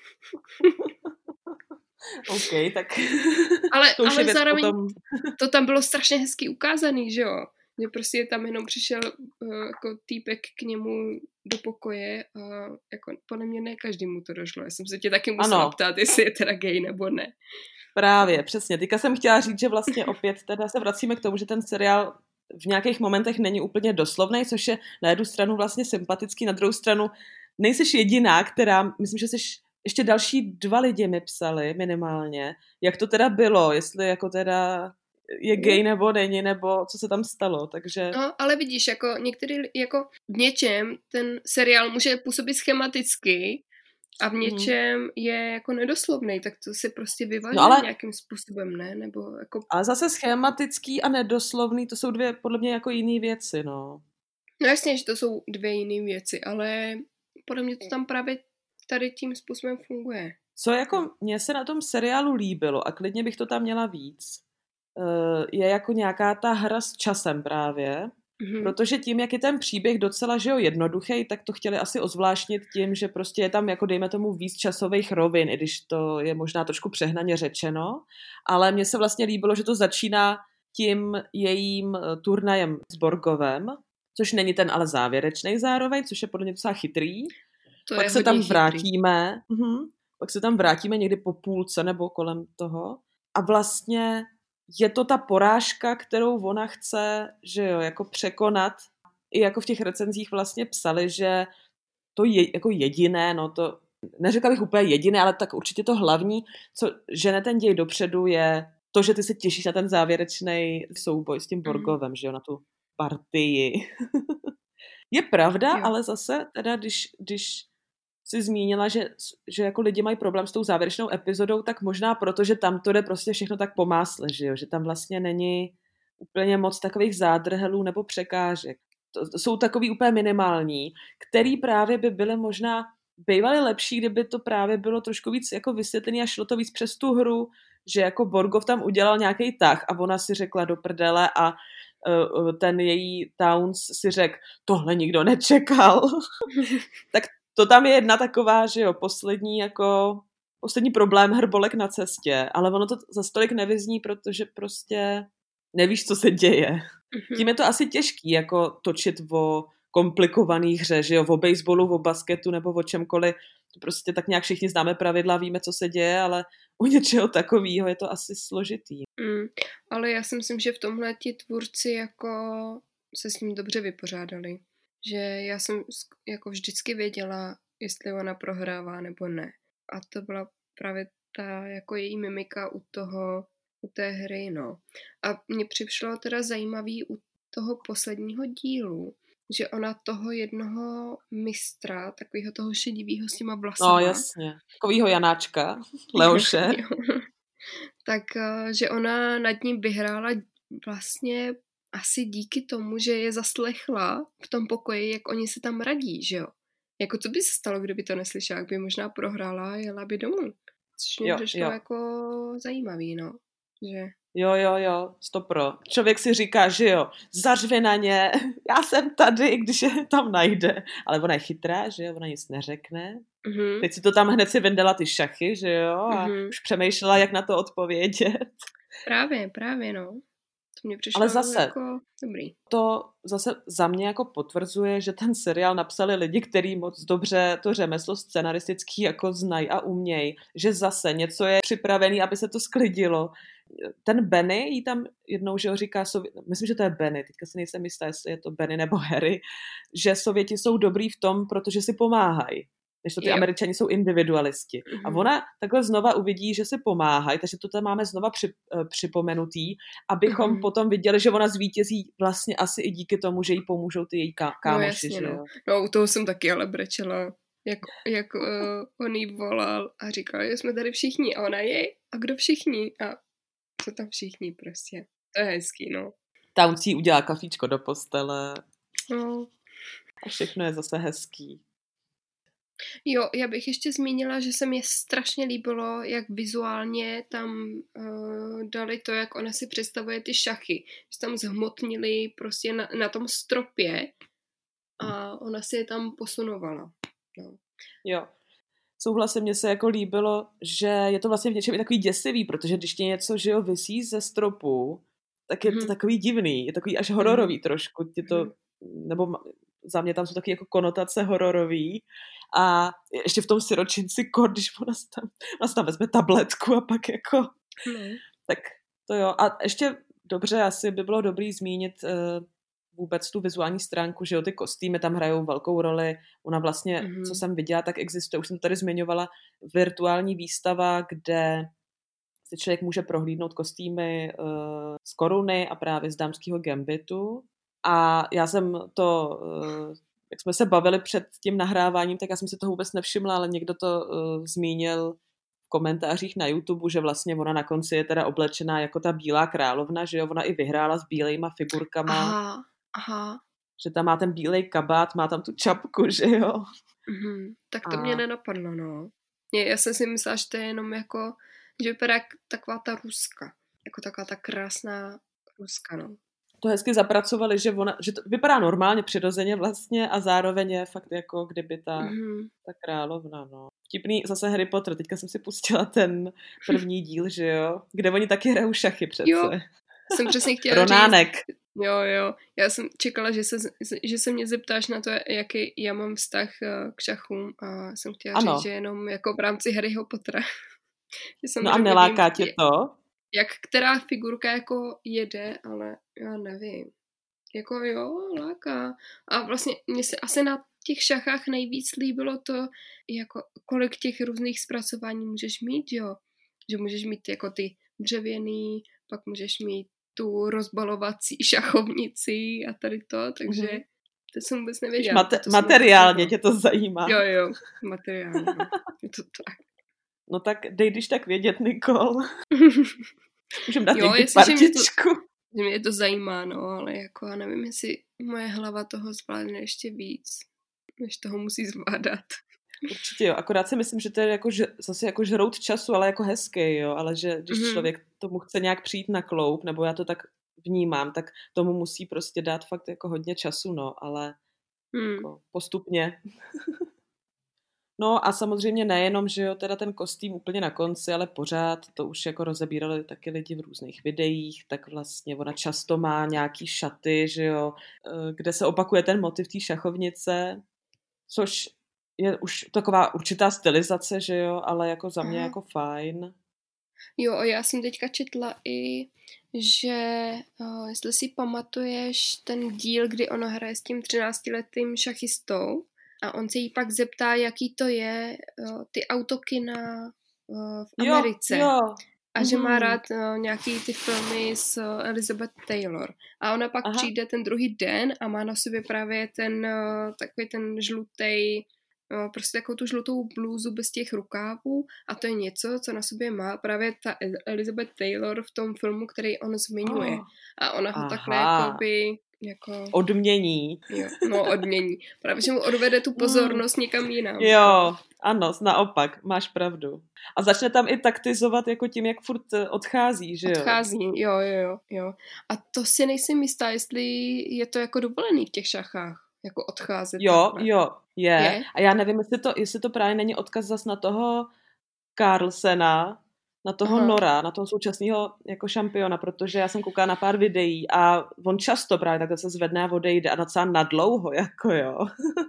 OK, tak... Ale zároveň to tam bylo strašně hezky ukázaný, že jo? Že prostě tam jenom přišel jako týpek k němu do pokoje a jako podle mě ne každému to došlo. Já jsem se tě taky musela ptát, jestli je teda gay nebo ne. Právě, přesně. Teďka jsem chtěla říct, že vlastně opět teda se vracíme k tomu, že ten seriál v nějakých momentech není úplně doslovnej, což je na jednu stranu vlastně sympatický, na druhou stranu nejseš jediná, která, myslím, že seš ještě další 2 lidi mi psali minimálně, jak to teda bylo, jestli jako teda je gay nebo není, nebo co se tam stalo, takže... No, ale vidíš, jako některý, jako v něčem ten seriál může působit schematicky a v něčem je jako nedoslovnej, tak to si prostě vyvažuje nějakým způsobem, ne? Nebo jako... Ale zase schematický a nedoslovný, to jsou 2 podle mě jako jiný věci, no. No jasně, že to jsou 2 jiný věci, ale podle mě to tam právě tady tím způsobem funguje. Co jako mně se na tom seriálu líbilo a klidně bych to tam měla víc, je jako nějaká ta hra s časem právě, protože tím, jak je ten příběh docela, že jo, jednoduchý, tak to chtěli asi ozvláštnit tím, že prostě je tam jako dejme tomu víc časových rovin, i když to je možná trošku přehnaně řečeno, ale mně se vlastně líbilo, že to začíná tím jejím turnajem s Borgovem, což není ten ale závěrečný zároveň, což je podle mě docela chytrý. Pak se tam vrátíme, pak se tam vrátíme někdy po půlce nebo kolem toho a vlastně je to ta porážka, kterou ona chce, že jo, jako překonat. I jako v těch recenzích vlastně psali, že to je jako jediné, no to, neřekla bych úplně jediné, ale tak určitě to hlavní, co žene ten děj dopředu, je to, že ty se těšíš na ten závěrečný souboj s tím Borgovem, že jo, na tu partii. Je pravda, ale zase teda, když jsi zmínila, že jako lidi mají problém s tou závěrečnou epizodou, tak možná proto, že tam to jde prostě všechno tak po másle, že jo? Že tam vlastně není úplně moc takových zádrhelů nebo překážek. To jsou takový úplně minimální, který právě by byly možná bývaly lepší, kdyby to právě bylo trošku víc jako vysvětlený a šlo to víc přes tu hru, že jako Borgov tam udělal nějaký tah a ona si řekla do prdele a ten její Towns si řekl, tohle nikdo nečekal. Tak to tam je jedna taková, že jo, poslední problém, hrbolek na cestě, ale ono to za stolik nevyzní, protože prostě nevíš, co se děje. Tím je to asi těžký, jako točit o komplikovaný hře, že jo, o baseballu, o basketu nebo o čemkoliv. Prostě tak nějak všichni známe pravidla, víme, co se děje, ale u něčeho takového je to asi složitý. Ale já si myslím, že v tomhle ti tvůrci jako se s ním dobře vypořádali. Že já jsem jako vždycky věděla, jestli ona prohrává nebo ne. A to byla právě ta jako její mimika u té hry, no. A mně přišlo teda zajímavý u toho posledního dílu, že ona toho jednoho mistra, takového toho šedivýho s těma vlasama. No jasně, takovýho Janáčka, Leoše. Tak, že ona nad ním vyhrála vlastně asi díky tomu, že je zaslechla v tom pokoji, jak oni se tam radí, že jo. Jako co by se stalo, kdyby to neslyšela, jak by možná prohrála a jela by domů. Což mě přišlo jako zajímavý, no. že... Jo, 100%. Člověk si říká, že jo, zařve na ně, já jsem tady, když je tam najde. Ale ona je chytrá, že jo, ona nic neřekne. Mm-hmm. Teď si to tam hned si vyndala ty šachy, že jo, a už přemýšlela, jak na to odpovědět. Právě, no. To mě přišlo ale zase, jako dobrý. To zase za mě jako potvrzuje, že ten seriál napsali lidi, kteří moc dobře to řemeslo scenaristický jako znají a umějí. Že zase něco je připravený, aby se to sklidilo. Ten Benny jí tam jednou, že ho říká, myslím, že to je Benny, teďka si nejsem jistá, jestli je to Benny nebo Harry, že Sověti jsou dobrý v tom, protože si pomáhají. Než to ty Američani jsou individualisti. A ona takhle znova uvidí, že si pomáhají, takže to tam máme znova připomenutý, abychom potom viděli, že ona zvítězí vlastně asi i díky tomu, že jí pomůžou ty její kámoši. No jasně, no. No u toho jsem taky ale brečela, jak on jí volal a říkal, že jsme tady všichni. A ona je, a kdo všichni? A co tam všichni prostě. To je hezký, no. Tam si udělá kafíčko do postele. No. A všechno je zase hezký. Jo, já bych ještě zmínila, že se mi strašně líbilo, jak vizuálně tam dali to, jak ona si představuje ty šachy. Že tam zhmotnili prostě na tom stropě a ona si je tam posunovala. No. Jo. Souhlasím, mně se jako líbilo, že je to vlastně v něčem i takový děsivý, protože když tě něco, že jo, visí ze stropu, tak je to takový divný, je takový až hororový trošku. Nebo za mě tam jsou taky jako konotace hororový. A ještě v tom siročinci kor, když ona tam vezme tabletku a pak jako... Tak to jo. A ještě dobře, asi by bylo dobrý zmínit vůbec tu vizuální stránku, že jo, ty kostýmy tam hrajou velkou roli. Ona vlastně, co jsem viděla, tak existuje, už jsem tady zmiňovala, virtuální výstava, kde si člověk může prohlídnout kostýmy z Koruny a právě z Dámského Gambitu. A já jsem to... jak jsme se bavili před tím nahráváním, tak já jsem si toho vůbec nevšimla, ale někdo to zmínil v komentářích na YouTube, že vlastně ona na konci je teda oblečená jako ta bílá královna, že jo, ona i vyhrála s bílejma figurkama. Aha. Že tam má ten bílej kabát, má tam tu čapku, že jo. Tak to mě nenapadlo, no. Já jsem si myslela, že to je jenom jako, že vypadá jak taková ta Ruska. Jako taková ta krásná Ruska, no. To hezky zapracovali, že to vypadá normálně, přirozeně vlastně a zároveň je fakt jako kdyby ta královna, no. Vtipný zase Harry Potter, teďka jsem si pustila ten první díl, že jo, kde oni taky hrajou šachy přece. Jo, jsem přesně chtěla Ronánek. říct. Jo, já jsem čekala, že se mě zeptáš na to, jaký já mám vztah k šachům a jsem chtěla říct, že jenom jako v rámci Harryho Pottera. No a neláká tě to? Jak která figurka jako jede, ale já nevím. Jako jo, láká. A vlastně mně se asi na těch šachách nejvíc líbilo to, jako kolik těch různých zpracování můžeš mít, jo. Že můžeš mít jako ty dřevěný, pak můžeš mít tu rozbalovací šachovnici a tady to, takže to jsem vůbec nevěděla. Materiálně tě to zajímá. Jo, materiálně. No. Je to tak. No tak dej když tak vědět, Nikol. Můžem dát jo, partičku. Že mě to zajímá, no, ale jako já nevím, jestli moje hlava toho zvládne ještě víc, než toho musí zvládat. Určitě jo, akorát si myslím, že to je jako, zase jako žrout času, ale jako hezký, jo, ale že když člověk tomu chce nějak přijít na kloub, nebo já to tak vnímám, tak tomu musí prostě dát fakt jako hodně času, no, ale jako postupně. No a samozřejmě nejenom, že jo, teda ten kostým úplně na konci, ale pořád to už jako rozebírali taky lidi v různých videích, tak vlastně ona často má nějaký šaty, že jo, kde se opakuje ten motiv té šachovnice, což je už taková určitá stylizace, že jo, ale jako za mě jako fajn. Jo, a já jsem teďka četla i, že jestli si pamatuješ ten díl, kdy ona hraje s tím 13letým šachistou, a on se jí pak zeptá, jaký to je ty autokina v Americe. Jo. A že má rád nějaký ty filmy s Elizabeth Taylor. A ona pak přijde ten druhý den a má na sobě právě ten takový ten žlutej, prostě takovou tu žlutou blůzu bez těch rukávů. A to je něco, co na sobě má právě ta Elizabeth Taylor v tom filmu, který on zmiňuje. A ona ho takhle jakoby... odmění. Jo, no odmění. Právě, že mu odvede tu pozornost někam jinam. Jo, Ano, naopak, máš pravdu. A začne tam i taktizovat jako tím, jak furt odchází, že jo? Odchází, jo. A to si nejsem jistá, jestli je to jako dovolený v těch šachách, jako odcházet. Jo, takhle. je. A já nevím, jestli to právě není odkaz zas na toho Carlsena, na toho Nora, na toho současného jako šampiona, protože já jsem koukala na pár videí a on často právě takhle se zvedne a odejde a docela nadlouho, jako jo.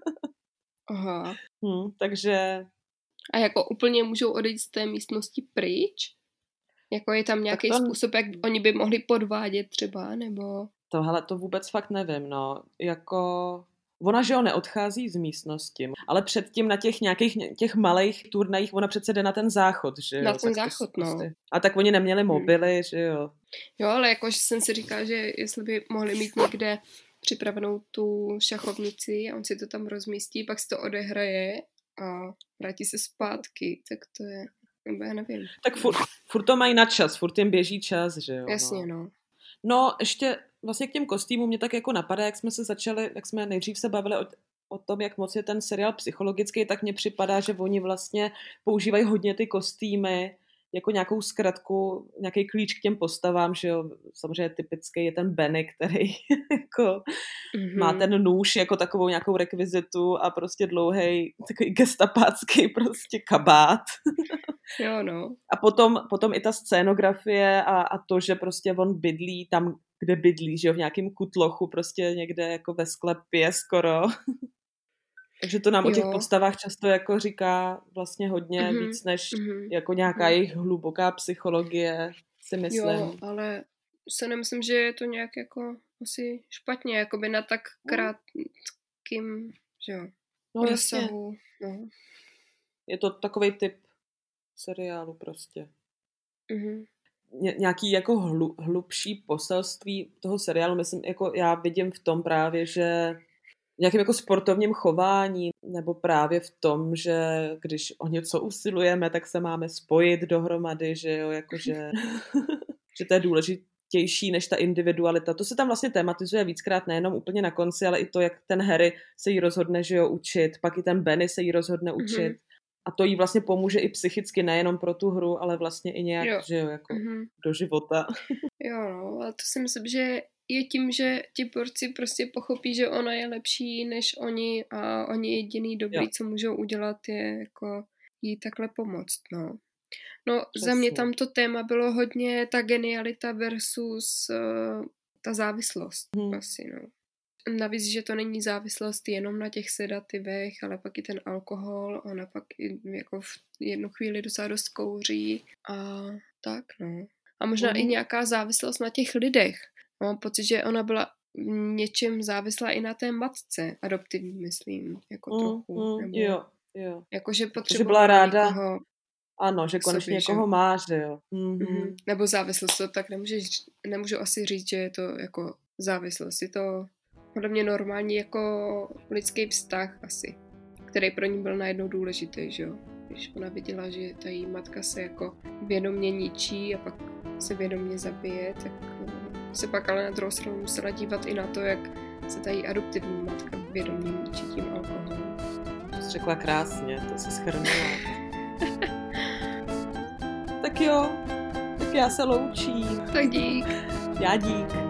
Aha. Takže... A jako úplně můžou odejít z té místnosti pryč? Jako je tam nějaký způsob, jak oni by mohli podvádět třeba, nebo... To vůbec fakt nevím, no. Jako... Ona, že jo, neodchází z místnosti, ale předtím na těch nějakých těch malých turnajích ona přece jde na ten záchod, že jo? Na ten záchod, no. A tak oni neměli mobily, že jo? Jo, ale jakože jsem si říkala, že jestli by mohli mít někde připravenou tu šachovnici a on si to tam rozmístí, pak si to odehraje a vrátí se zpátky, tak to je, nebo já nevím. Tak furt to mají na čas, furt jim běží čas, že jo? Jasně, no. No, ještě vlastně k těm kostýmům mě tak jako napadá, jak jsme nejdřív se bavili o tom, jak moc je ten seriál psychologický, tak mně připadá, že oni vlastně používají hodně ty kostýmy jako nějakou zkratku, nějaký klíč k těm postavám, že jo, samozřejmě typický je ten Benny, který jako má ten nůž jako takovou nějakou rekvizitu a prostě dlouhej takový gestapácký prostě kabát. Jo, no. A potom i ta scénografie a to, že prostě on bydlí tam, kde bydlí, že jo, v nějakém kutlochu, prostě někde jako ve sklepě skoro. Takže to nám o těch postavách často jako říká vlastně hodně víc než jako nějaká jejich hluboká psychologie, si myslím. Jo, ale se nemyslím, že je to nějak jako asi špatně, jakoby na tak krátkým, že jo, rozsahu. No. Je to takovej typ seriálu prostě. Nějaký jako hlubší poselství toho seriálu, myslím, jako já vidím v tom právě, že nějakým jako sportovním chování, nebo právě v tom, že když o něco usilujeme, tak se máme spojit dohromady, že jo, jakože že to je důležitější než ta individualita. To se tam vlastně tematizuje víckrát, nejenom úplně na konci, ale i to, jak ten Harry se jí rozhodne, že jo, učit, pak i ten Benny se jí rozhodne učit. A to jí vlastně pomůže i psychicky, nejenom pro tu hru, ale vlastně i nějak, že jo, jako do života. Jo, no, ale to si myslím, že je tím, že ti porci prostě pochopí, že ona je lepší než oni a oni jediný dobrý, co můžou udělat, je jako jí takhle pomoct, no. No, za mě tam to téma bylo hodně ta genialita versus ta závislost, asi, no. Navíc, že to není závislost jenom na těch sedativech, ale pak i ten alkohol, ona pak i jako v jednu chvíli docela dost kouří a tak, no. A možná i nějaká závislost na těch lidech. Mám pocit, že ona byla něčem závislá i na té matce, adoptivní, myslím, jako trochu. Nebo, jo. Jakože potřebovala ráda, někoho... Ano, že konečně někoho má, že jo. Nebo závislost, to tak nemůžu asi říct, že je to jako závislost. Je to podle mě normální jako lidský vztah asi, který pro ní byl najednou důležitý, že jo. Když ona viděla, že ta její matka se jako vědomě ničí a pak se vědomě zabije, tak se pak ale na druhou stranu musela dívat i na to, jak se ta její adoptivní matka vědomě ničí tím alkoholem. To jsi řekla krásně, to jsi shrnula. Tak jo, tak já se loučím. Tak dík. Já dík.